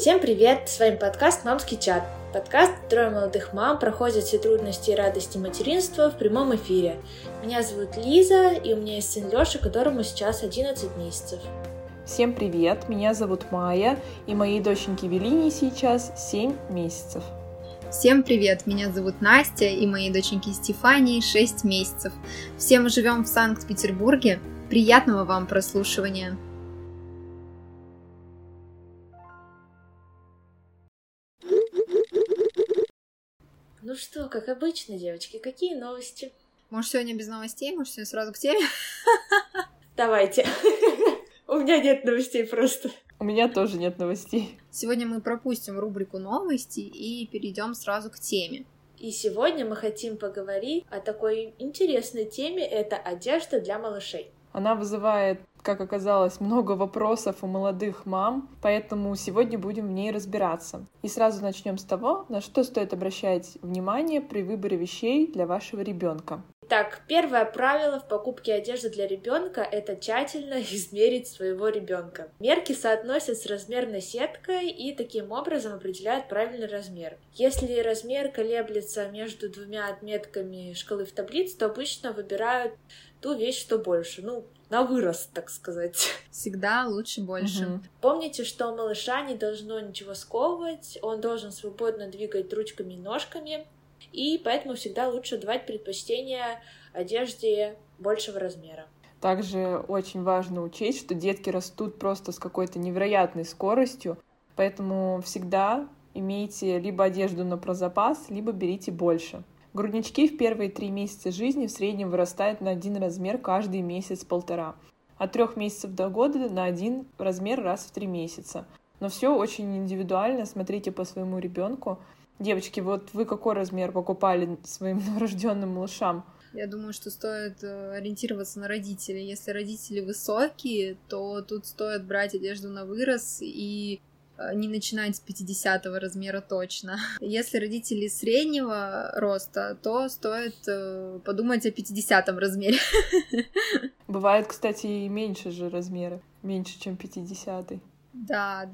Всем привет! С вами подкаст «Мамский чат». Подкаст, в котором молодых мам проходят все трудности и радости материнства в прямом эфире. Меня зовут Лиза, и у меня есть сын Лёша, которому сейчас 11 месяцев. Всем привет! Меня зовут Майя, и моей доченьке Велине сейчас 7 месяцев. Всем привет! Меня зовут Настя, и моей доченьке Стефании 6 месяцев. Все мы живем в Санкт-Петербурге. Приятного вам прослушивания! Ну что, как обычно, девочки, какие новости? Может, сегодня без новостей? Может, сегодня сразу к теме? Давайте. У меня нет новостей просто. У меня тоже нет новостей. Сегодня мы пропустим рубрику новости и перейдем сразу к теме. И сегодня мы хотим поговорить о такой интересной теме, это одежда для малышей. Она вызывает, как оказалось, много вопросов у молодых мам, поэтому сегодня будем в ней разбираться. И сразу начнем с того, на что стоит обращать внимание при выборе вещей для вашего ребенка. Так, первое правило в покупке одежды для ребенка — это тщательно измерить своего ребенка. Мерки соотносят с размерной сеткой и таким образом определяют правильный размер. Если размер колеблется между двумя отметками шкалы в таблице, то обычно выбирают ту вещь, что больше. На вырост, так сказать. Всегда лучше больше. Помните, что малыша не должно ничего сковывать, он должен свободно двигать ручками и ножками, и поэтому всегда лучше давать предпочтение одежде большего размера. Также очень важно учесть, что детки растут просто с какой-то невероятной скоростью, поэтому всегда имейте либо одежду на прозапас, либо берите больше. Груднички в первые 3 месяца жизни в среднем вырастают на 1 размер каждый месяц-полтора. От 3 месяцев до года на 1 размер раз в 3 месяца. Но все очень индивидуально, смотрите по своему ребенку. Девочки, вот вы какой размер покупали своим новорожденным малышам? Я думаю, что стоит ориентироваться на родителей. Если родители высокие, то тут стоит брать одежду на вырос и не начинать с 50-го размера точно. Если родители среднего роста, то стоит подумать о 50-м размере. Бывает, кстати, и меньше же размеры, меньше, чем 50-й. Да.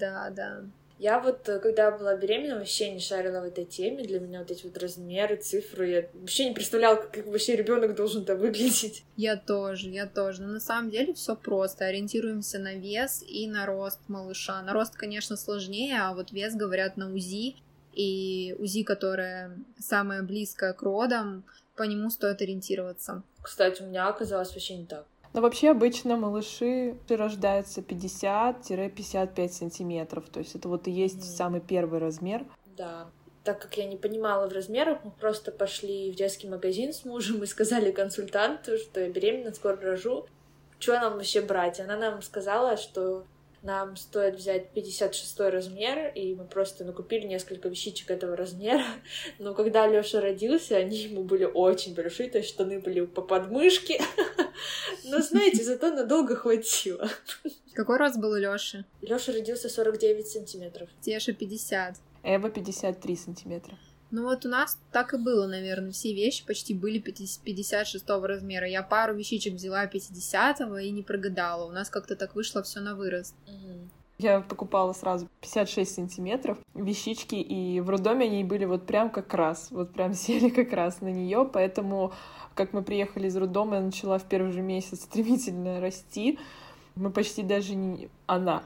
Я вот, когда была беременна, вообще не шарила в этой теме. Для меня вот эти вот размеры, цифры, я вообще не представляла, как вообще ребенок должен там выглядеть. Я тоже. Но на самом деле все просто. Ориентируемся на вес и на рост малыша. На рост, конечно, сложнее, а вот вес, говорят, на УЗИ. И УЗИ, которое самое близкое к родам, по нему стоит ориентироваться. Кстати, у меня оказалось вообще не так. Но вообще обычно малыши рождаются 50-55 сантиметров. То есть это вот и есть самый первый размер. Да. Так как я не понимала в размерах, мы просто пошли в детский магазин с мужем и сказали консультанту, что я беременна, скоро рожу. Что нам вообще брать? Она нам сказала, что нам стоит взять 56 размер, и мы просто накупили несколько вещичек этого размера. Но когда Лёша родился, они ему были очень большие, то есть штаны были по подмышке. Но, знаете, зато надолго хватило. Какой рост был у Лёши? Лёша родился 49 сантиметров. Теша 50. Эва 53 сантиметра. Ну вот у нас так и было, наверное. Все вещи почти были 56-го размера. Я пару вещичек взяла 50-го и не прогадала. У нас как-то так вышло все на вырост. Я покупала сразу 56 сантиметров вещички, и в роддоме они были вот прям как раз, вот прям сели как раз на нее, поэтому, как мы приехали из роддома, я начала в первый же месяц стремительно расти. Мы почти даже не... Она.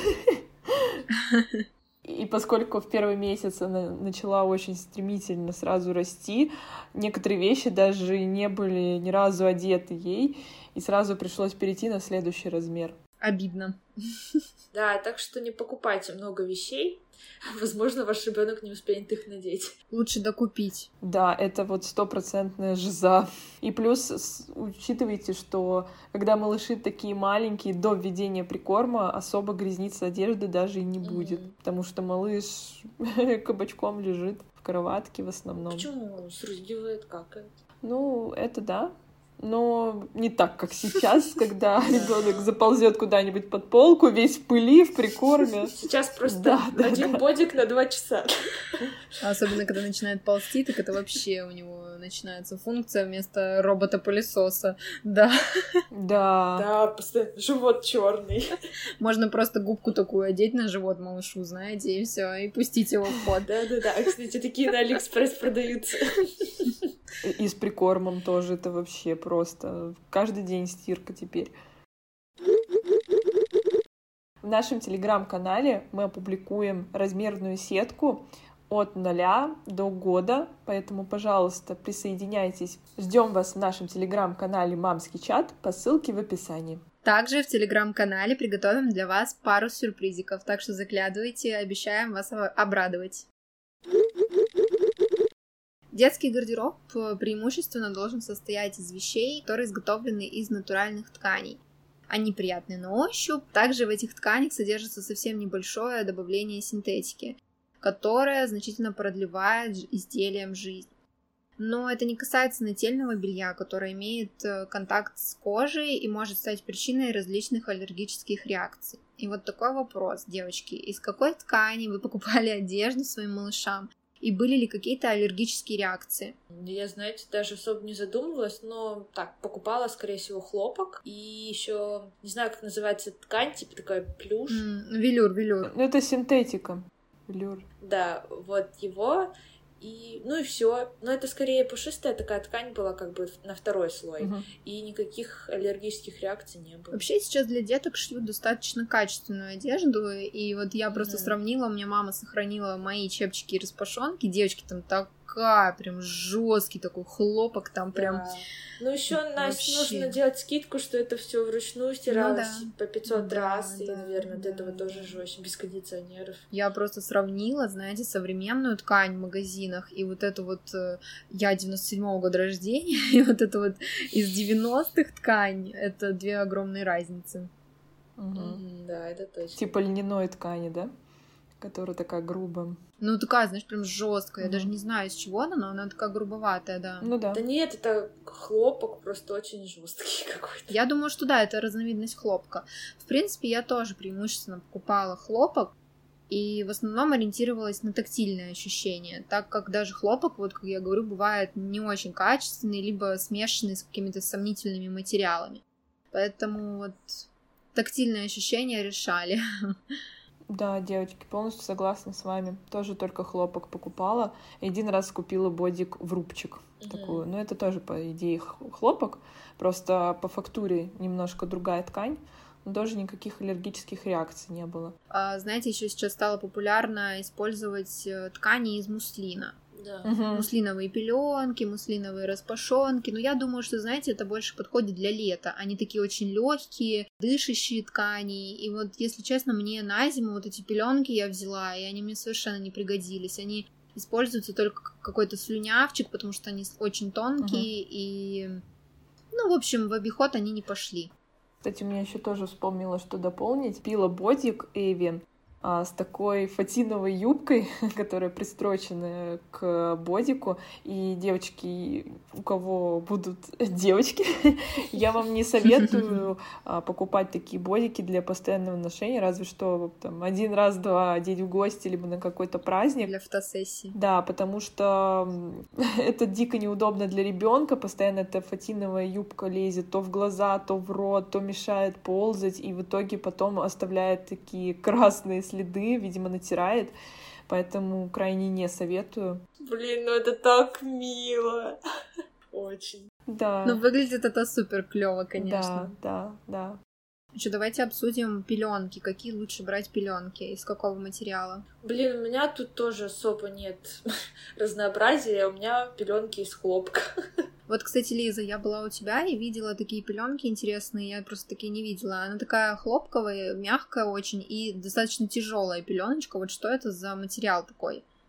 И поскольку в первый месяц она начала очень стремительно сразу расти, некоторые вещи даже не были ни разу одеты ей, и сразу пришлось перейти на следующий размер. Обидно. Да, так что не покупайте много вещей. Возможно, ваш ребенок не успеет их надеть. Лучше докупить. Да, это вот 100% жиза. И плюс учитывайте, что когда малыши такие маленькие, до введения прикорма особо грязниться одежды даже и не будет. Потому что малыш кабачком лежит в кроватке в основном. Почему? Срыгивает, какает. Ну, это да. но не так, как сейчас, когда ребенок заползет куда-нибудь под полку, весь в пыли, в прикорме. Сейчас просто один бодик на 2 часа. Особенно, когда начинает ползти, так это вообще у него начинается функция вместо робота-пылесоса. Да. Да, постоянно живот черный. Можно просто губку такую одеть на живот малышу, знаете, и все, и пустить его в ход. Да. Кстати, такие на Алиэкспресс продаются. И с прикормом тоже это вообще просто каждый день стирка теперь. В нашем телеграм-канале мы опубликуем размерную сетку от 0 до года, поэтому, пожалуйста, присоединяйтесь. Ждем вас в нашем телеграм-канале «Мамский чат» по ссылке в описании. Также в телеграм-канале приготовим для вас пару сюрпризиков, так что заглядывайте, обещаем вас обрадовать. Детский гардероб преимущественно должен состоять из вещей, которые изготовлены из натуральных тканей. Они приятны на ощупь. Также в этих тканях содержится совсем небольшое добавление синтетики, которое значительно продлевает изделиям жизнь. Но это не касается нательного белья, которое имеет контакт с кожей и может стать причиной различных аллергических реакций. И вот такой вопрос, девочки. Из какой ткани вы покупали одежду своим малышам? И были ли какие-то аллергические реакции? Я, знаете, даже особо не задумывалась, но так, покупала, скорее всего, хлопок. И еще не знаю, как называется ткань, типа такая плюш. Велюр. Ну, это синтетика. Велюр. Да, вот его. И, ну и все. Но это скорее пушистая такая ткань была, как бы на второй слой. И никаких аллергических реакций не было. Вообще сейчас для деток шьют достаточно качественную одежду. И вот я просто сравнила, у меня мама сохранила мои чепчики и распашонки. Девочки, там такая прям жесткий такой хлопок, там прям. Ну еще, Настя, нужно делать скидку, что это все вручную стиралось по 500 раз, и, наверное, от этого тоже жестче, без кондиционеров. Я просто сравнила, знаете, современную ткань в магазинах и вот эту вот, я 97-го года рождения, и вот эту вот из 90-х ткань, это две огромные разницы. Да, это точно. Типа льняной ткани, да? Которая такая грубая. Ну, такая, знаешь, прям жесткая. Я даже не знаю, из чего она, но она такая грубоватая, да. Ну да. Да нет, это хлопок просто очень жесткий какой-то. Я думаю, что да, это разновидность хлопка. В принципе, я тоже преимущественно покупала хлопок и в основном ориентировалась на тактильные ощущения, так как даже хлопок, вот как я говорю, бывает не очень качественный, либо смешанный с какими-то сомнительными материалами. Поэтому вот тактильные ощущения решали. Да, девочки, полностью согласна с вами. Тоже только хлопок покупала. Один раз купила бодик в рубчик такую. Но это тоже, по идее, хлопок. Просто по фактуре немножко другая ткань. Но тоже никаких аллергических реакций не было. Знаете, еще сейчас стало популярно использовать ткани из муслина. Да. Муслиновые пеленки, муслиновые распашонки. Но я думаю, что, знаете, это больше подходит для лета. Они такие очень легкие, дышащие ткани. И вот, если честно, мне на зиму вот эти пеленки я взяла, и они мне совершенно не пригодились. Они используются только как какой-то слюнявчик, потому что они очень тонкие, и, ну, в общем, в обиход они не пошли. Кстати, у меня еще тоже вспомнила, что дополнить. Купила бодик Эви с такой фатиновой юбкой, которая пристрочена к бодику. И, девочки, у кого будут девочки, я вам не советую покупать такие бодики для постоянного ношения, разве что там 1 раз-два одеть в гости, либо на какой-то праздник. Для фотосессии. Да, потому что это дико неудобно для ребенка. Постоянно эта фатиновая юбка лезет то в глаза, то в рот, то мешает ползать, и в итоге потом оставляет такие красные следы, видимо, натирает, поэтому крайне не советую. Блин, ну это так мило. Очень. Да. Ну, выглядит это супер клево, конечно. Да. Еще давайте обсудим пеленки. Какие лучше брать пеленки? Из какого материала? Блин, у меня тут тоже особо нет разнообразия. У меня пеленки из хлопка. Вот, кстати, Лиза, я была у тебя и видела такие пеленки интересные. Я просто такие не видела. Она такая хлопковая, мягкая очень и достаточно тяжелая пеленочка. Вот что это за материал такой?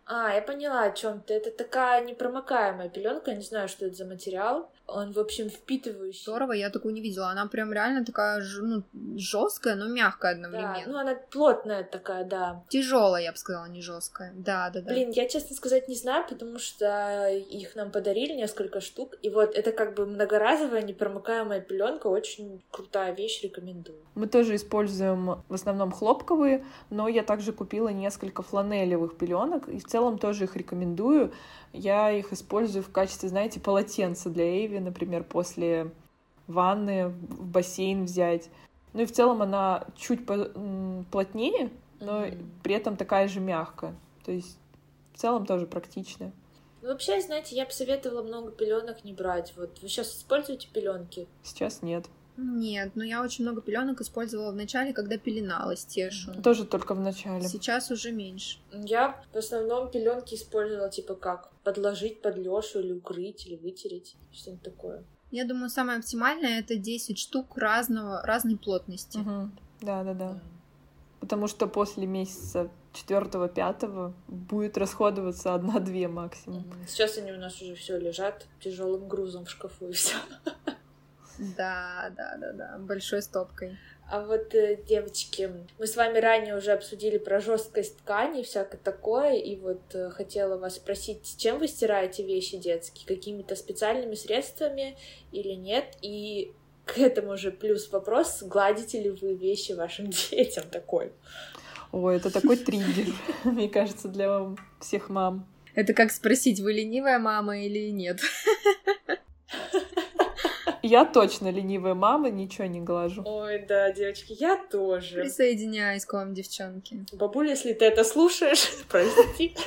Я поняла, о чем ты. Это такая непромокаемая пеленка, я не знаю, что это за материал. Он, в общем, впитывающий. Здорово, я такую не видела. Она прям реально такая жесткая, но мягкая одновременно. Да, она плотная такая, да. Тяжелая, я бы сказала, не жесткая. Да. Блин, я, честно сказать, не знаю, потому что их нам подарили несколько штук. И вот это как бы многоразовая непромокаемая пеленка, очень крутая вещь, рекомендую. Мы тоже используем в основном хлопковые, но я также купила несколько фланелевых пеленок, и в целом тоже их рекомендую. Я их использую в качестве, знаете, полотенца для Эйви, например, после ванны в бассейн взять. Ну и в целом она чуть плотнее, но при этом такая же мягкая. То есть в целом тоже практичная. Ну, вообще, знаете, я бы советовала много пеленок не брать. Вот вы сейчас используете пеленки? Сейчас нет. Нет, но я очень много пеленок использовала в начале, когда пеленалась Тешу. Тоже только в начале. Сейчас уже меньше. Я в основном пеленки использовала типа как подложить под Лёшу или укрыть, или вытереть, что-нибудь такое. Я думаю, самое оптимальное — это 10 штук разной плотности. Угу. Да. Потому что после месяца 4-5 будет расходоваться 1-2 максимум. Сейчас они у нас уже все лежат тяжелым грузом в шкафу и все. Да, большой стопкой. А вот, девочки, мы с вами ранее уже обсудили про жесткость ткани и всякое такое, и вот хотела вас спросить, чем вы стираете вещи детские? Какими-то специальными средствами или нет? И к этому же плюс вопрос, гладите ли вы вещи вашим детям такой? Ой, это такой триггер, мне кажется, для всех мам. Это как спросить, вы ленивая мама или нет? Я точно ленивая мама, ничего не глажу. Ой, да, девочки, я тоже. Присоединяюсь к вам, девчонки. Бабуля, если ты это слушаешь, прости.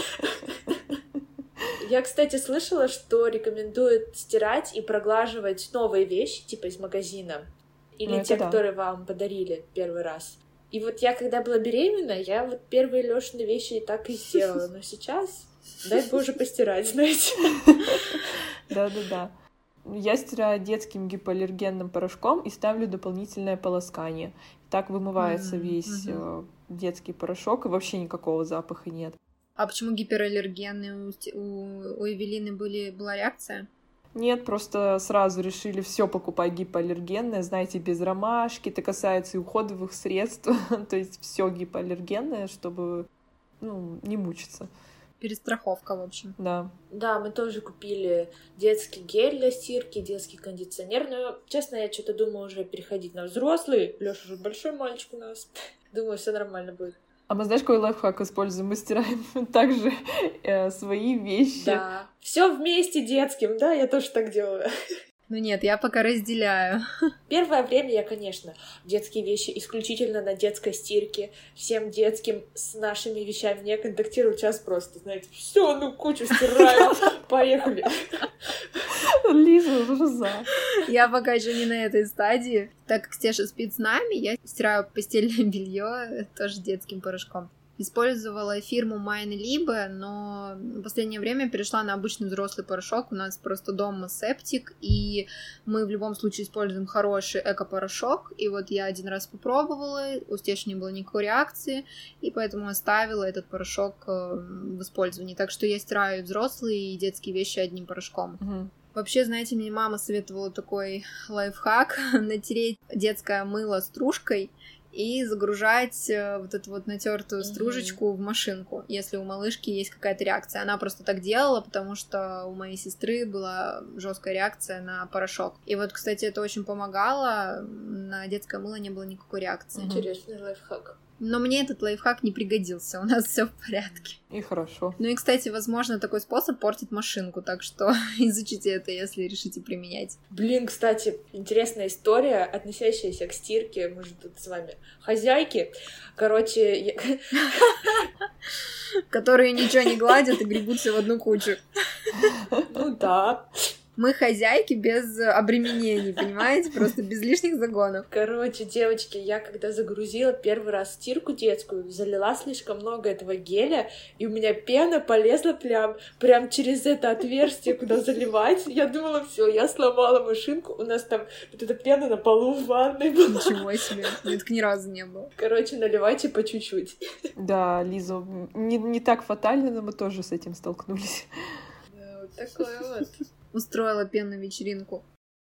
Я, кстати, слышала, что рекомендуют стирать и проглаживать новые вещи, типа из магазина. Или те, которые вам подарили первый раз. И вот я, когда была беременна, я вот первые Лёшины вещи так и сделала. Но сейчас, дай Боже, постирать, знаете. Да. Я стираю детским гипоаллергенным порошком и ставлю дополнительное полоскание. Так вымывается весь детский порошок, и вообще никакого запаха нет. А почему гипераллергенные? У Эвелины была реакция? Нет, просто сразу решили все покупать гипоаллергенное, знаете, без ромашки. Это касается и уходовых средств, то есть все гипоаллергенное, чтобы не мучиться. Перестраховка, в общем. Да. Да, мы тоже купили детский гель для стирки, детский кондиционер, но, честно, я что-то думаю уже переходить на взрослый. Лёша уже большой мальчик у нас. Думаю, все нормально будет. А мы, знаешь, какой лайфхак используем? Мы стираем также свои вещи. Да. Все вместе детским, да, я тоже так делаю. Ну нет, я пока разделяю. Первое время я, конечно, детские вещи исключительно на детской стирке. Всем детским с нашими вещами не контактирую. Сейчас просто, знаете, все, кучу стираю. Поехали. Лиза уже за. Я пока еще не на этой стадии. Так как Стеша спит с нами, я стираю постельное белье тоже детским порошком. Использовала фирму Mine Libe, но в последнее время перешла на обычный взрослый порошок. У нас просто дома септик, и мы в любом случае используем хороший эко-порошок. И вот я один раз попробовала, у Стеши не было никакой реакции, и поэтому оставила этот порошок в использовании. Так что я стираю взрослые и детские вещи одним порошком. Угу. Вообще, знаете, мне мама советовала такой лайфхак: натереть детское мыло стружкой и загружать вот эту вот натертую стружечку в машинку, если у малышки есть какая-то реакция. Она просто так делала, потому что у моей сестры была жесткая реакция на порошок. И вот, кстати, это очень помогало. На детское мыло не было никакой реакции. Интересный лайфхак. Но мне этот лайфхак не пригодился, у нас все в порядке. И хорошо. Ну и, кстати, возможно, такой способ портит машинку, так что изучите это, если решите применять. Блин, кстати, интересная история, относящаяся к стирке. Мы же тут с вами хозяйки. Короче, которые ничего не гладят и гребут все в одну кучу. Ну да. Мы хозяйки без обременений, понимаете? Просто без лишних загонов. Короче, девочки, я когда загрузила первый раз стирку детскую, залила слишком много этого геля, и у меня пена полезла прям через это отверстие, куда заливать. Я думала, все, я сломала машинку, у нас там вот эта пена на полу в ванной была. Ничего себе, мне так ни разу не было. Короче, наливайте по чуть-чуть. Да, Лиза, не так фатально, но мы тоже с этим столкнулись. Да, вот такое вот. Устроила пенную вечеринку.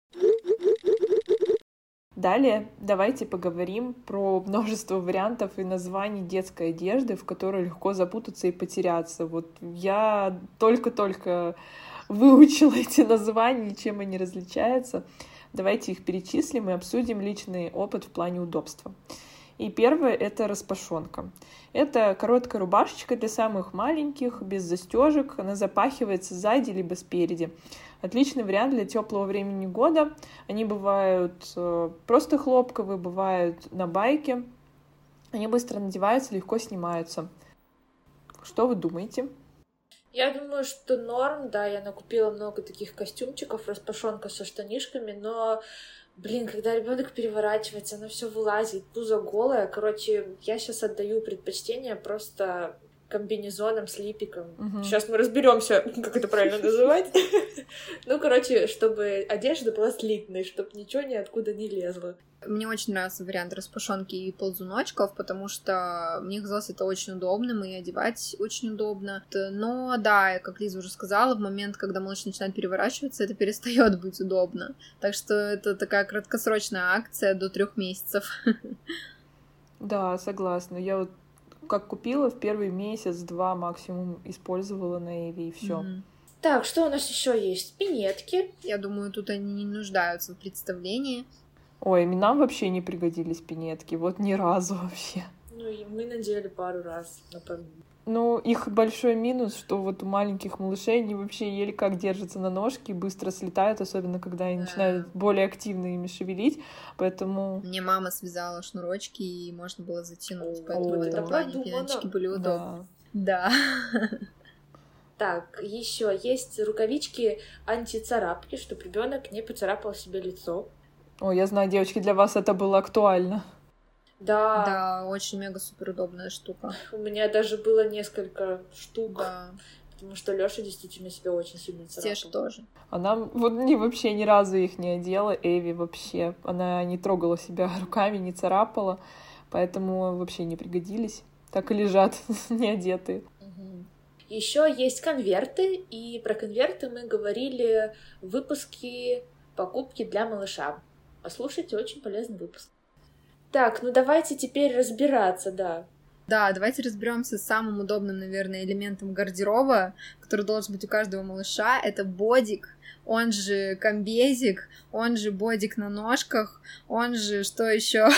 Далее давайте поговорим про множество вариантов и названий детской одежды, в которой легко запутаться и потеряться. Вот я только-только выучила эти названия, чем они различаются. Давайте их перечислим и обсудим личный опыт в плане удобства. И первое — это распашонка. Это короткая рубашечка для самых маленьких, без застежек. Она запахивается сзади либо спереди. Отличный вариант для теплого времени года. Они бывают просто хлопковые, бывают на байке. Они быстро надеваются, легко снимаются. Что вы думаете? Я думаю, что норм, да, я накупила много таких костюмчиков, распашонка со штанишками, но, блин, когда ребенок переворачивается, она все вылазит, пузо голое. Короче, я сейчас отдаю предпочтение просто комбинезоном с липиком. Сейчас мы разберемся, как это правильно называть. Ну, короче, чтобы одежда была слитной, чтобы ничего ниоткуда не лезло. Мне очень нравится вариант распашонки и ползуночков, потому что мне казалось это очень удобным, и одевать очень удобно. Но да, как Лиза уже сказала, в момент, когда малыш начинает переворачиваться, это перестает быть удобно. Так что это такая краткосрочная акция до 3 месяцев. Да, согласна. Я вот как купила, в первый месяц-два максимум использовала на Эви, и все. Так, что у нас еще есть? Пинетки. Я думаю, тут они не нуждаются в представлении. Ой, нам вообще не пригодились пинетки, вот ни разу вообще. Ну, и мы надели пару раз, напомню. Ну, их большой минус, что вот у маленьких малышей они вообще еле как держатся на ножке, быстро слетают, особенно когда они начинают более активно ими шевелить, поэтому... Мне мама связала шнурочки, и можно было затянуть, поэтому О, в этом плане пинеточки были удобны. Да. Так, еще есть рукавички антицарапки, чтобы ребенок не поцарапал себе лицо. Ой, я знаю, девочки, для вас это было актуально. Да. Да, очень мега-супер удобная штука. У меня даже было несколько штук. Да. Потому что Лёша действительно себя очень сильно царапал. Стеж тоже. Она вот вообще ни разу их не одела, Эви вообще. Она не трогала себя руками, не царапала, поэтому вообще не пригодились. Так и лежат не одетые. Еще есть конверты, и про конверты мы говорили в выпуске «Покупки для малыша». Послушайте, очень полезный выпуск. Так, ну давайте теперь разбираться, да. Да, давайте разберемся с самым удобным, наверное, элементом гардероба, который должен быть у каждого малыша. Это бодик, он же комбезик, он же бодик на ножках, он же что еще?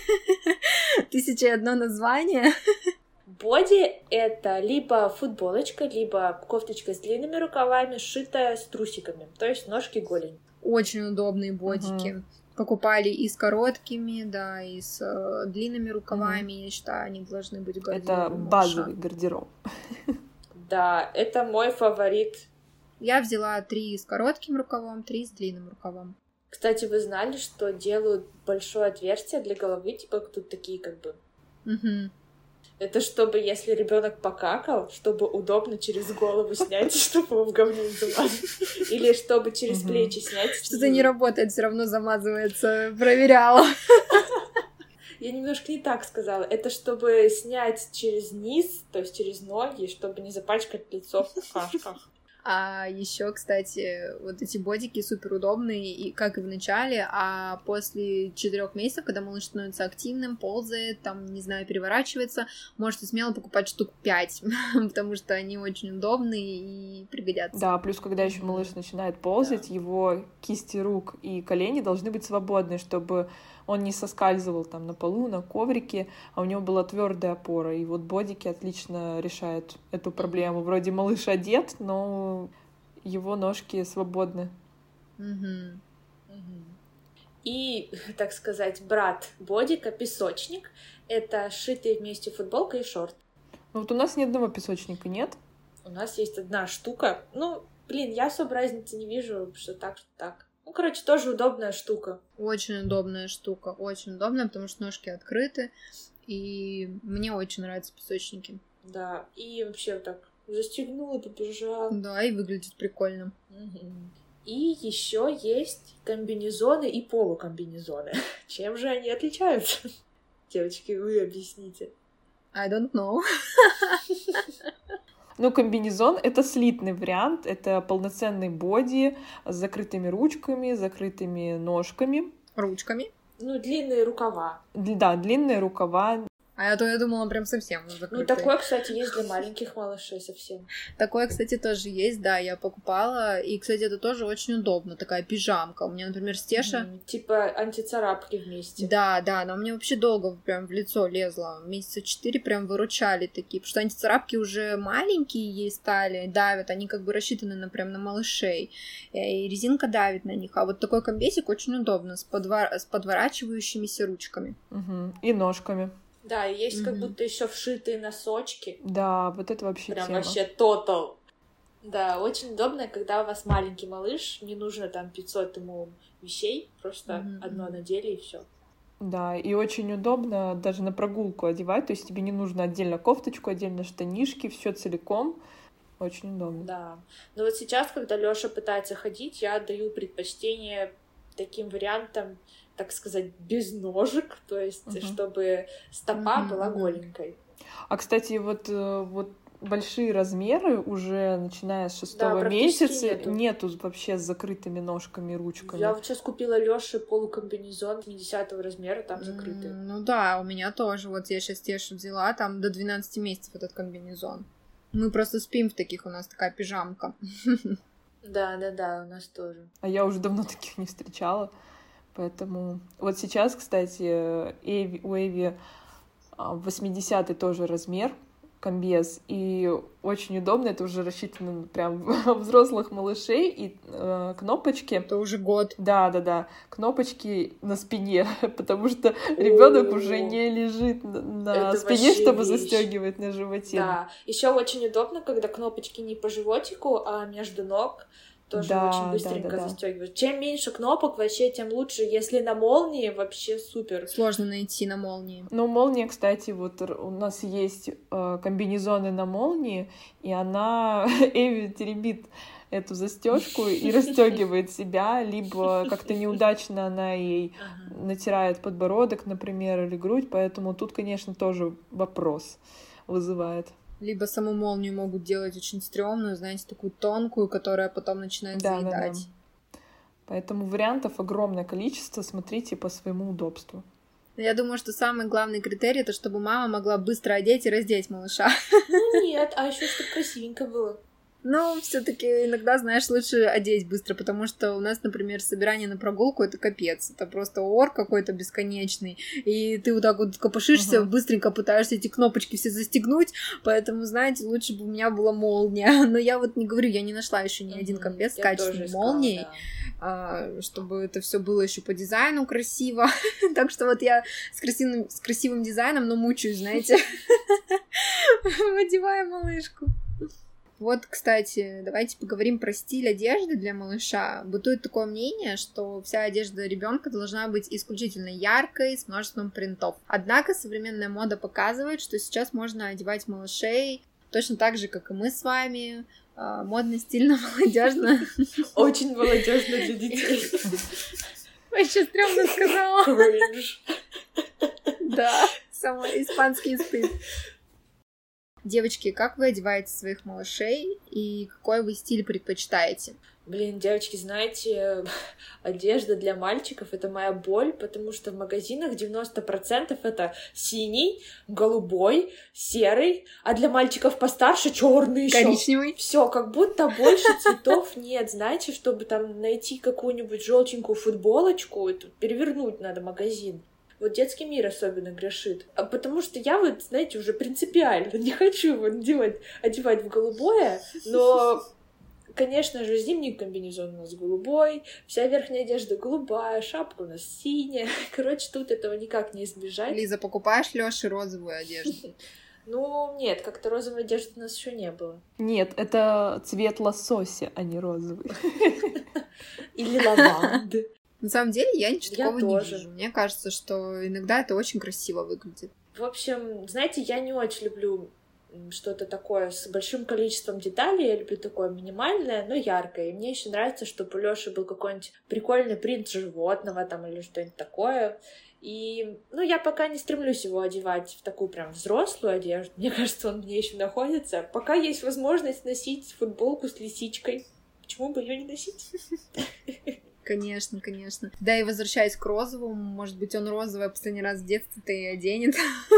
1001 название. Боди — это либо футболочка, либо кофточка с длинными рукавами, сшитая с трусиками, то есть ножки голень. Очень удобные бодики. Покупали и с короткими, да, и с длинными рукавами. Я считаю, они должны быть гардеробом. Это базовый гардероб. Да, это мой фаворит. Я взяла 3 с коротким рукавом, 3 с длинным рукавом. Кстати, вы знали, что делают большое отверстие для головы, типа тут такие как бы... Это чтобы, если ребенок покакал, чтобы удобно через голову снять, чтобы его в говне не замазать. Или чтобы через плечи снять. Что-то не работает, все равно замазывается. Проверяла. Я немножко не так сказала. Это чтобы снять через низ, то есть через ноги, чтобы не запачкать лицо в какашках. А еще, кстати, вот эти бодики супер удобные, и как и в начале, а после 4 месяцев, когда малыш становится активным, ползает, там, не знаю, переворачивается, можете смело покупать штук 5, потому что они очень удобные и пригодятся. Да, плюс когда еще малыш начинает ползать, его кисти рук и колени должны быть свободны, чтобы он не соскальзывал там на полу, на коврике, а у него была твердая опора. И вот бодики отлично решают эту проблему. Вроде малыш одет, но его ножки свободны. И, так сказать, брат бодика, песочник, это сшитые вместе футболка и шорт. Ну вот у нас ни одного песочника нет. У нас есть одна штука, ну, блин, я особо разницы не вижу, что так, что так. Ну, короче, тоже удобная штука. Очень удобная штука, очень удобная, потому что ножки открыты, и мне очень нравятся песочники. Да, и вообще вот так застегнула, побежала. Да, и выглядит прикольно. И еще есть комбинезоны и полукомбинезоны. Чем же они отличаются? Девочки, вы объясните. I don't know. Ну, комбинезон — это слитный вариант, это полноценный боди с закрытыми ручками, закрытыми ножками. Ручками? Ну, длинные рукава. Да, длинные рукава. А я думала, прям совсем закрытые. Ну, такое, кстати, есть для маленьких малышей совсем. Такое, кстати, тоже есть, да, я покупала. И, кстати, это тоже очень удобно, такая пижамка. У меня, например, Стеша... Типа антицарапки вместе. Да, но у меня вообще долго прям в лицо лезла. Месяца 4 прям выручали такие. Потому что антицарапки уже маленькие ей стали, давят. Они как бы рассчитаны прям на малышей. И резинка давит на них. А вот такой комбезик очень удобно, с подворачивающимися ручками. И ножками. Да, есть как будто еще вшитые носочки. Да, вот это вообще прям тема. Вообще тотал. Да, очень удобно, когда у вас маленький малыш, не нужно там 500 ему вещей, просто одно надели и все. Да, и очень удобно даже на прогулку одевать, то есть тебе не нужно отдельно кофточку, отдельно штанишки, все целиком. Очень удобно. Да. Но вот сейчас, когда Лёша пытается ходить, я отдаю предпочтение таким вариантам, так сказать, без ножек, то есть, чтобы стопа была голенькой. А, кстати, вот большие размеры уже, начиная с 6-го месяца, нету вообще с закрытыми ножками, ручками. Я вот сейчас купила Лёше полукомбинезон 70-го размера, там закрытый. Ну да, у меня тоже. Вот я сейчас Тешу взяла, там до 12 месяцев этот комбинезон. Мы просто спим в таких, у нас такая пижамка. Да, у нас тоже. А я уже давно таких не встречала. Поэтому вот сейчас, кстати, у Эви 80-й тоже размер, комбез, и очень удобно, это уже рассчитано прям взрослых малышей, и кнопочки... Это уже год. Да, кнопочки на спине, потому что ребенок уже не лежит на спине, чтобы застегивать на животе. Да, еще очень удобно, когда кнопочки не по животику, а между ног. Тоже очень быстренько застегивать. Чем меньше кнопок, вообще, тем лучше. Если на молнии, вообще супер. Сложно найти на молнии. Ну, молния, кстати, вот у нас есть комбинезоны на молнии, и она Эви теребит эту застежку и расстегивает себя, либо как-то неудачно она ей натирает подбородок, например, или грудь, поэтому тут, конечно, тоже вопрос вызывает. Либо саму молнию могут делать очень стрёмную, знаете, такую тонкую, которая потом начинает заедать. Да. Поэтому вариантов огромное количество, смотрите по своему удобству. Я думаю, что самый главный критерий — это чтобы мама могла быстро одеть и раздеть малыша. Ну нет, а еще чтобы красивенько было. Ну, все-таки иногда, знаешь, лучше одеть быстро, потому что у нас, например, собирание на прогулку — это капец. Это просто ор какой-то бесконечный. И ты вот так вот копошишься, быстренько пытаешься эти кнопочки все застегнуть. Поэтому, знаете, лучше бы у меня была молния. Но я вот не говорю, я не нашла еще ни один комбез с качественной молнией. Чтобы это все было еще по дизайну красиво. Так что вот я с красивым дизайном, но мучаюсь, знаете, одевая малышку. Вот, кстати, давайте поговорим про стиль одежды для малыша. Бытует такое мнение, что вся одежда ребенка должна быть исключительно яркой, с множеством принтов. Однако современная мода показывает, что сейчас можно одевать малышей точно так же, как и мы с вами. Модно, стильно, молодежно. Очень молодежно для детей. Вообще стрёмно сказала. Кринж. Да, самый испанский стыд. Девочки, как вы одеваете своих малышей и какой вы стиль предпочитаете? Блин, девочки, знаете, одежда для мальчиков — это моя боль, потому что в магазинах 90% это синий, голубой, серый, а для мальчиков постарше черный еще. Коричневый. Все, как будто больше цветов нет, знаете, чтобы там найти какую-нибудь желтенькую футболочку, это перевернуть надо магазин. Вот детский мир особенно грешит. Потому что я вот, знаете, уже принципиально не хочу его одевать в голубое, но, конечно же, зимний комбинезон у нас голубой, вся верхняя одежда голубая, шапка у нас синяя. Короче, тут этого никак не избежать. Лиза, покупаешь Лёше розовую одежду? Ну, нет, как-то розовой одежды у нас еще не было. Нет, это цвет лосося, а не розовый. Или лаванды. На самом деле я ничего Я такого тоже. не вижу. Мне кажется, что иногда это очень красиво выглядит. В общем, знаете, я не очень люблю что-то такое с большим количеством деталей. Я люблю такое минимальное, но яркое. И мне еще нравится, чтобы у Лёши был какой-нибудь прикольный принт животного там или что-нибудь такое. И, ну, я пока не стремлюсь его одевать в такую прям взрослую одежду. Мне кажется, он мне еще находится. Пока есть возможность носить футболку с лисичкой. Почему бы ее не носить? Конечно, конечно. Да, и возвращаясь к розовому, может быть, он розовый последний раз в детстве-то и оденет.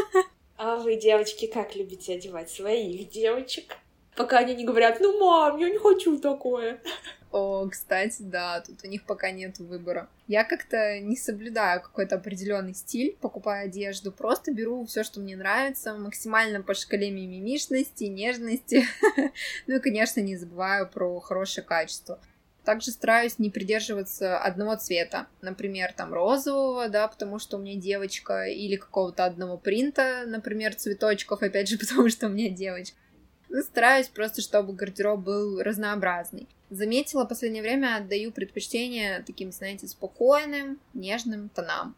А вы, девочки, как любите одевать своих девочек? Пока они не говорят: ну, мам, я не хочу такое. О, кстати, да, тут у них пока нет выбора. Я как-то не соблюдаю какой-то определенный стиль, покупая одежду, просто беру все, что мне нравится, максимально по шкале мимимишности, нежности. Ну и, конечно, не забываю про хорошее качество. Также стараюсь не придерживаться одного цвета, например, там розового, да, потому что у меня девочка, или какого-то одного принта, например, цветочков, опять же, потому что у меня девочка. Стараюсь просто, чтобы гардероб был разнообразный. Заметила, в последнее время отдаю предпочтение таким, знаете, спокойным, нежным тонам.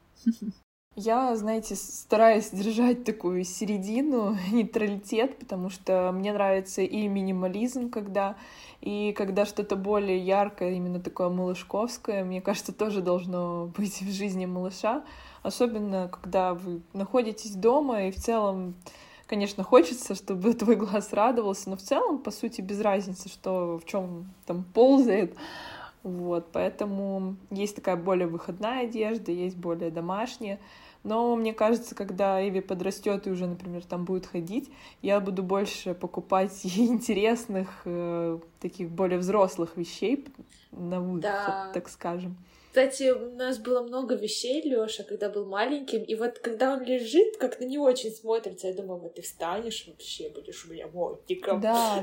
Я, знаете, стараюсь держать такую середину, нейтралитет, потому что мне нравится и минимализм, и когда что-то более яркое, именно такое малышковское, мне кажется, тоже должно быть в жизни малыша, особенно когда вы находитесь дома, и в целом, конечно, хочется, чтобы твой глаз радовался, но в целом, по сути, без разницы, что в чем там ползает. Вот, поэтому есть такая более выходная одежда, есть более домашняя. Но мне кажется, когда Эви подрастет и уже, например, там будет ходить, я буду больше покупать ей интересных, таких более взрослых вещей на выход, Да. так скажем. Кстати, у нас было много вещей, Лёша, когда был маленьким, и вот когда он лежит, как-то не очень смотрится. Я думаю, вот ты встанешь, вообще будешь у меня модником. Да.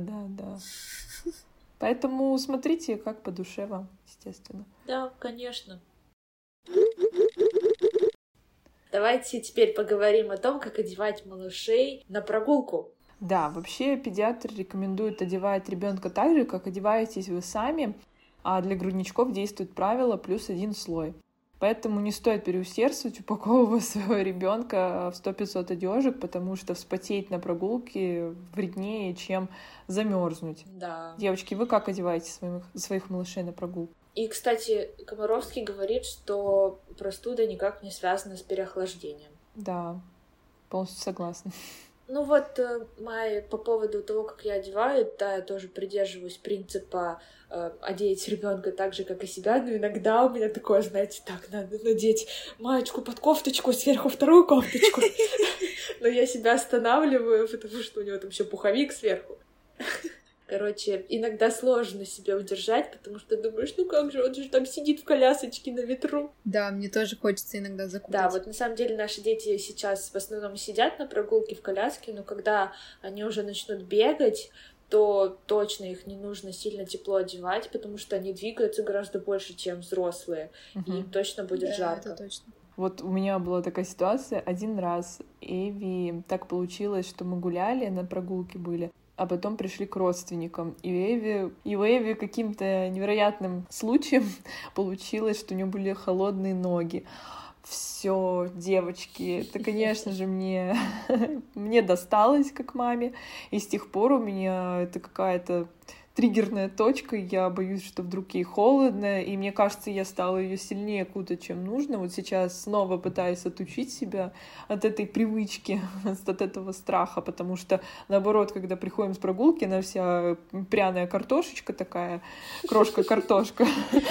Поэтому смотрите, как по душе вам, естественно. Да, конечно. Давайте теперь поговорим о том, как одевать малышей на прогулку. Да, вообще педиатр рекомендует одевать ребенка так же, как одеваетесь вы сами, а для грудничков действует правило +1 слой. Поэтому не стоит переусердствовать, упаковывая своего ребенка в 100-500 одежек, потому что вспотеть на прогулке вреднее, чем замерзнуть. Да. Девочки, вы как одеваете своих малышей на прогулку? И, кстати, Комаровский говорит, что простуда никак не связана с переохлаждением. Да, полностью согласна. Ну вот, Майя, по поводу того, как я одеваю, да, я тоже придерживаюсь принципа одеть ребенка так же, как и себя, но иногда у меня такое, знаете, так, надо надеть маечку под кофточку, сверху вторую кофточку. Но я себя останавливаю, потому что у него там еще пуховик сверху. Короче, иногда сложно себя удержать, потому что думаешь, ну как же, он же там сидит в колясочке на ветру. Да, мне тоже хочется иногда закутать. Да, вот на самом деле наши дети сейчас в основном сидят на прогулке в коляске, но когда они уже начнут бегать, то точно их не нужно сильно тепло одевать, потому что они двигаются гораздо больше, чем взрослые, и им точно будет жарко. Это точно. Вот у меня была такая ситуация один раз. Эви так получилось, что мы гуляли, на прогулке были, а потом пришли к родственникам. И у Эви каким-то невероятным случаем получилось, что у нее были холодные ноги. Все, девочки, это, конечно же, мне досталось как маме. И с тех пор у меня это какая-то триггерная точка, я боюсь, что вдруг ей холодно, и мне кажется, я стала ее сильнее кутать, чем нужно. Вот сейчас снова пытаюсь отучить себя от этой привычки, от этого страха, потому что, наоборот, когда приходим с прогулки, она вся пряная картошечка такая, крошка-картошка.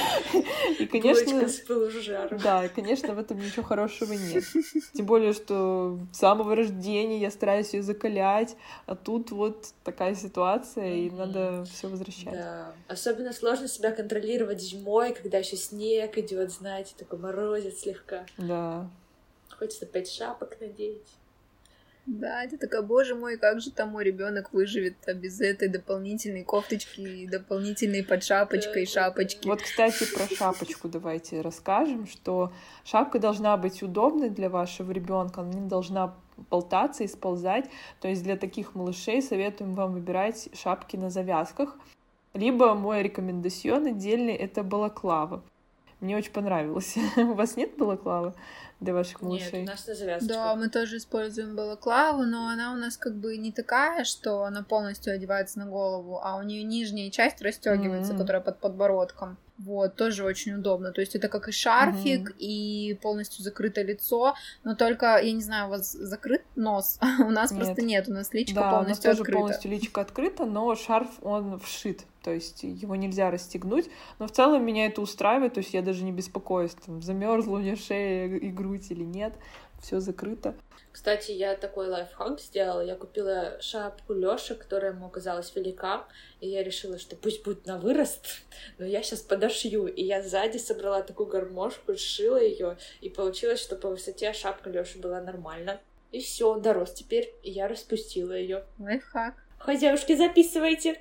И, конечно, с пылу с жару. Да, конечно, в этом ничего хорошего нет. Тем более, что с самого рождения я стараюсь ее закалять, а тут вот такая ситуация, и надо все возвращать. Да. Особенно сложно себя контролировать зимой, когда еще снег идет, знаете, такой морозец слегка. Да. Хочется опять шапок надеть. Да, ты такая, боже мой, как же там мой ребенок выживет без этой дополнительной кофточки и дополнительной под шапочкой, шапочки. Вот, кстати, про шапочку давайте расскажем, что шапка должна быть удобной для вашего ребенка, она не должна болтаться и сползать. То есть для таких малышей советуем вам выбирать шапки на завязках. Либо мой рекомендацион отдельный — это балаклава. Мне очень понравилось. У вас нет балаклавы для ваших малышей? Нет, у нас на завязочках. Да, мы тоже используем балаклаву, но она у нас как бы не такая, что она полностью одевается на голову, а у нее нижняя часть расстегивается, которая под подбородком. Вот, тоже очень удобно. То есть это как и шарфик, и полностью закрыто лицо, но только, я не знаю, у вас закрыт нос? У нас просто нет, у нас личико полностью открыто. Да, у нас тоже полностью личико открыто, но шарф, он вшит, то есть его нельзя расстегнуть, но в целом меня это устраивает, то есть я даже не беспокоюсь, там, замерзла у меня шея и грудь или нет, все закрыто. Кстати, я такой лайфхак сделала. Я купила шапку Лёши, которая ему оказалась велика, и я решила, что пусть будет на вырост, но я сейчас подошью. И я сзади собрала такую гармошку, сшила ее, и получилось, что по высоте шапка Лёши была нормально. И все, он дорос теперь, и я распустила ее. Лайфхак. Хозяюшки, записывайте.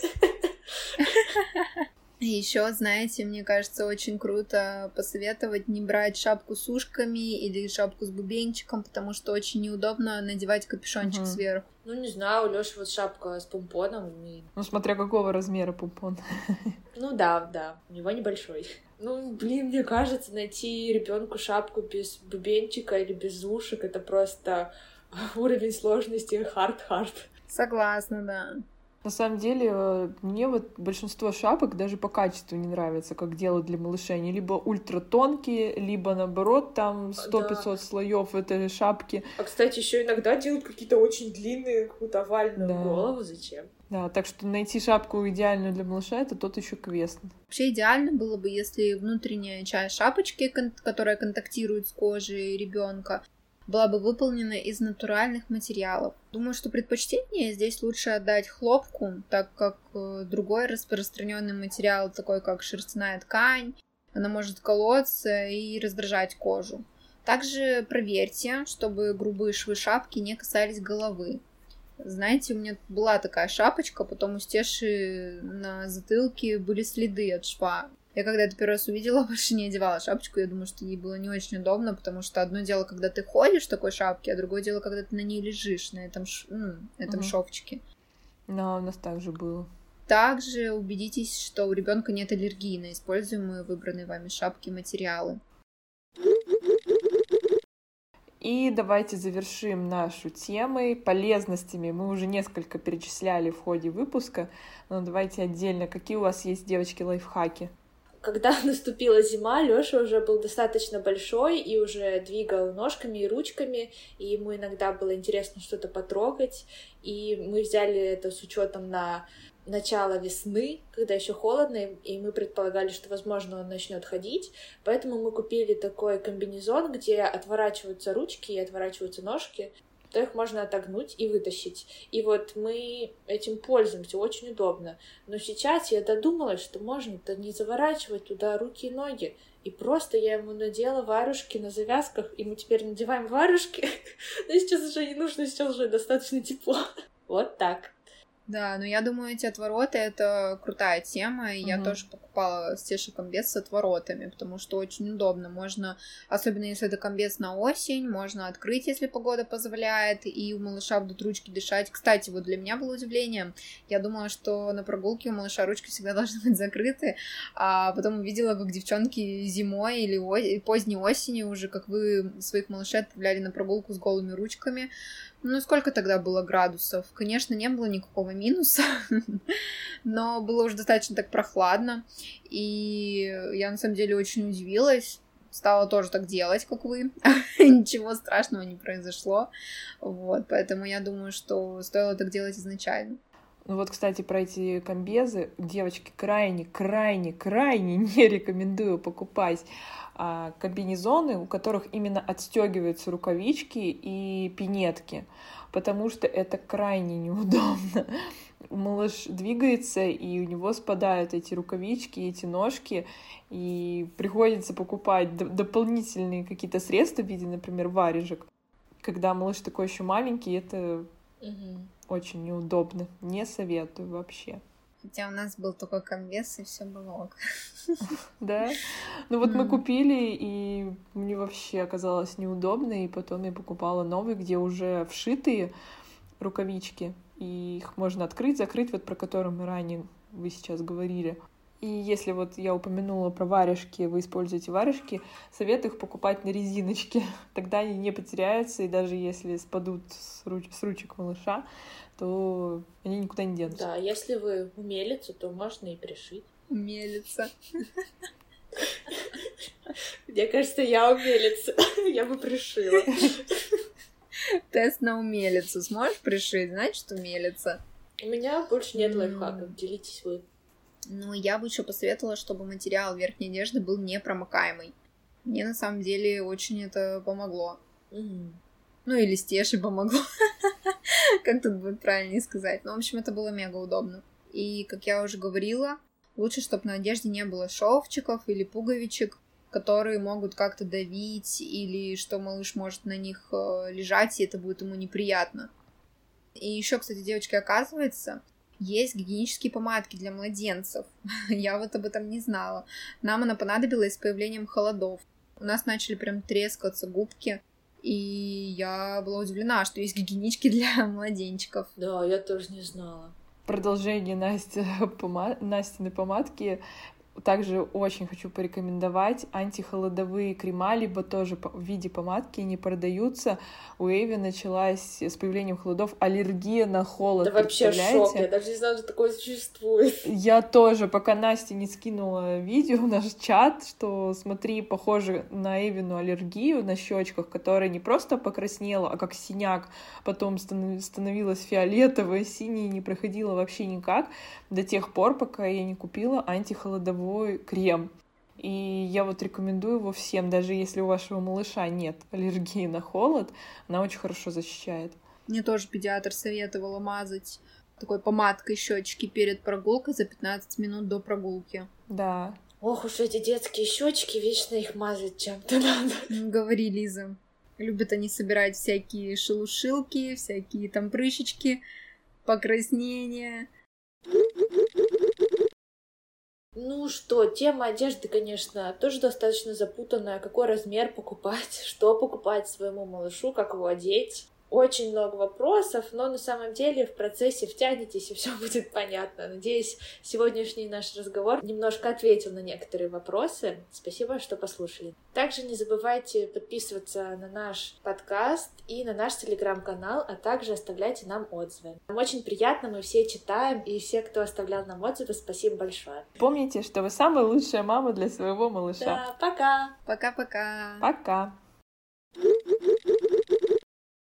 И еще, знаете, мне кажется, очень круто посоветовать не брать шапку с ушками или шапку с бубенчиком, потому что очень неудобно надевать капюшончик сверху. Ну, не знаю, у Лёши вот шапка с помпоном. Ну, смотря какого размера помпон. Ну да, у него небольшой. Ну, блин, мне кажется, найти ребенку шапку без бубенчика или без ушек — это просто уровень сложности хард-хард. Согласна, да. На самом деле, мне вот большинство шапок даже по качеству не нравится, как делают для малышей. Они либо ультратонкие, либо, наоборот, там 100-500 слоев этой шапки. А, кстати, еще иногда делают какие-то очень длинные, какую-то овальную голову. Зачем? Да, так что найти шапку идеальную для малыша — это тот еще квест. Вообще идеально было бы, если внутренняя часть шапочки, которая контактирует с кожей ребенка, была бы выполнена из натуральных материалов. Думаю, что предпочтение здесь лучше отдать хлопку, так как другой распространенный материал, такой как шерстяная ткань, она может колоться и раздражать кожу. Также проверьте, чтобы грубые швы шапки не касались головы. Знаете, у меня была такая шапочка, потом у Стеши на затылке были следы от шва. Я когда это первый раз увидела, больше не одевала шапочку. Я думаю, что ей было не очень удобно, потому что одно дело, когда ты ходишь в такой шапке, а другое дело, когда ты на ней лежишь, на этом, шовчике. Да, у нас так же было. Также убедитесь, что у ребенка нет аллергии на используемые выбранные вами шапки и материалы. И давайте завершим нашу тему полезностями. Мы уже несколько перечисляли в ходе выпуска, но давайте отдельно. Какие у вас есть, девочки, лайфхаки? Когда наступила зима, Лёша уже был достаточно большой и уже двигал ножками и ручками, и ему иногда было интересно что-то потрогать, и мы взяли это с учетом на начало весны, когда еще холодно, и мы предполагали, что, возможно, он начнет ходить, поэтому мы купили такой комбинезон, где отворачиваются ручки и отворачиваются ножки, то их можно отогнуть и вытащить. И вот мы этим пользуемся, очень удобно. Но сейчас я додумалась, что можно-то не заворачивать туда руки и ноги. И просто я ему надела варежки на завязках, и мы теперь надеваем варежки. Но сейчас уже не нужно, сейчас уже достаточно тепло. Вот так. Да, но я думаю, эти отвороты — это крутая тема, и я тоже покупала Стеше комбез с отворотами, потому что очень удобно. Можно, особенно если это комбез на осень, можно открыть, если погода позволяет, и у малыша будут ручки дышать. Кстати, вот для меня было удивлением. Я думала, что на прогулке у малыша ручки всегда должны быть закрыты, а потом увидела, как девчонки зимой или поздней осенью уже, как вы своих малышей отправляли на прогулку с голыми ручками. Ну, сколько тогда было градусов? Конечно, не было никакого минуса, но было уже достаточно так прохладно, и я на самом деле очень удивилась, стала тоже так делать, как вы, ничего страшного не произошло, вот, поэтому я думаю, что стоило так делать изначально. Ну вот, кстати, про эти комбезы, девочки, крайне не рекомендую покупать комбинезоны, у которых именно отстегиваются рукавички и пинетки, потому что это крайне неудобно. Малыш двигается, и у него спадают эти рукавички, эти ножки, и приходится покупать дополнительные какие-то средства в виде, например, варежек. Когда малыш такой еще маленький, это Мгм. очень неудобно. Не советую вообще. Хотя у нас был только комвес, и все было ок. Да? Ну вот мы М. купили, и мне вообще оказалось неудобно, и потом я покупала новый, где уже вшитые рукавички, и их можно открыть, закрыть, вот про которые мы ранее вы сейчас говорили. И если вот я упомянула про варежки, вы используете варежки, советую их покупать на резиночке. Тогда они не потеряются, и даже если спадут с ручек малыша, то они никуда не денутся. Да, если вы умелица, то можно и пришить. Мелится. Мне кажется, я умелица. Я бы пришила. Тест на умелицу. Сможешь пришить? Значит, умелица. У меня больше нет лайфхаков. Делитесь вы. Ну, я бы еще посоветовала, чтобы материал верхней одежды был непромокаемый. Мне на самом деле очень это помогло. Мгм. Ну, или Стеше помогло. Как тут будет правильнее сказать. Ну, в общем, это было мега удобно. И, как я уже говорила, лучше, чтобы на одежде не было шовчиков или пуговичек, которые могут как-то давить, или что малыш может на них лежать, и это будет ему неприятно. И еще, кстати, девочки, оказывается, есть гигиенические помадки для младенцев. Я вот об этом не знала. Нам она понадобилась с появлением холодов. У нас начали прям трескаться губки, и я была удивлена, что есть гигиенички для младенчиков. Да, я тоже не знала. Продолжение Настиной помадки. Также очень хочу порекомендовать антихолодовые крема, либо тоже в виде помадки, они продаются. У Эйви началась с появлением холодов аллергия на холод. Да вообще представляете? шок. Я даже не знала, что такое существует. Я тоже, пока Настя не скинула видео в наш чат, что смотри, похоже на Эвину аллергию на щечках, которая не просто покраснела, а как синяк, потом становилась фиолетовая, синяя, не проходила вообще никак до тех пор, пока я не купила антихолодовой крем. И я вот рекомендую его всем, даже если у вашего малыша нет аллергии на холод, она очень хорошо защищает. Мне тоже педиатр советовала мазать такой помадкой щечки перед прогулкой за 15 минут до прогулки. Да. Ох уж эти детские щечки, вечно их мазать чем-то надо. Говори, Лиза. Любят они собирать всякие шелушилки, всякие там прыщички, покраснения. Ну что, тема одежды, конечно, тоже достаточно запутанная. Какой размер покупать, что покупать своему малышу, как его одеть. Очень много вопросов, но на самом деле в процессе втянетесь, и все будет понятно. Надеюсь, сегодняшний наш разговор немножко ответил на некоторые вопросы. Спасибо, что послушали. Также не забывайте подписываться на наш подкаст и на наш телеграм-канал, а также оставляйте нам отзывы. Нам очень приятно, мы все читаем, и все, кто оставлял нам отзывы, спасибо большое. Помните, что вы самая лучшая мама для своего малыша. Да, пока! Пока-пока. Пока.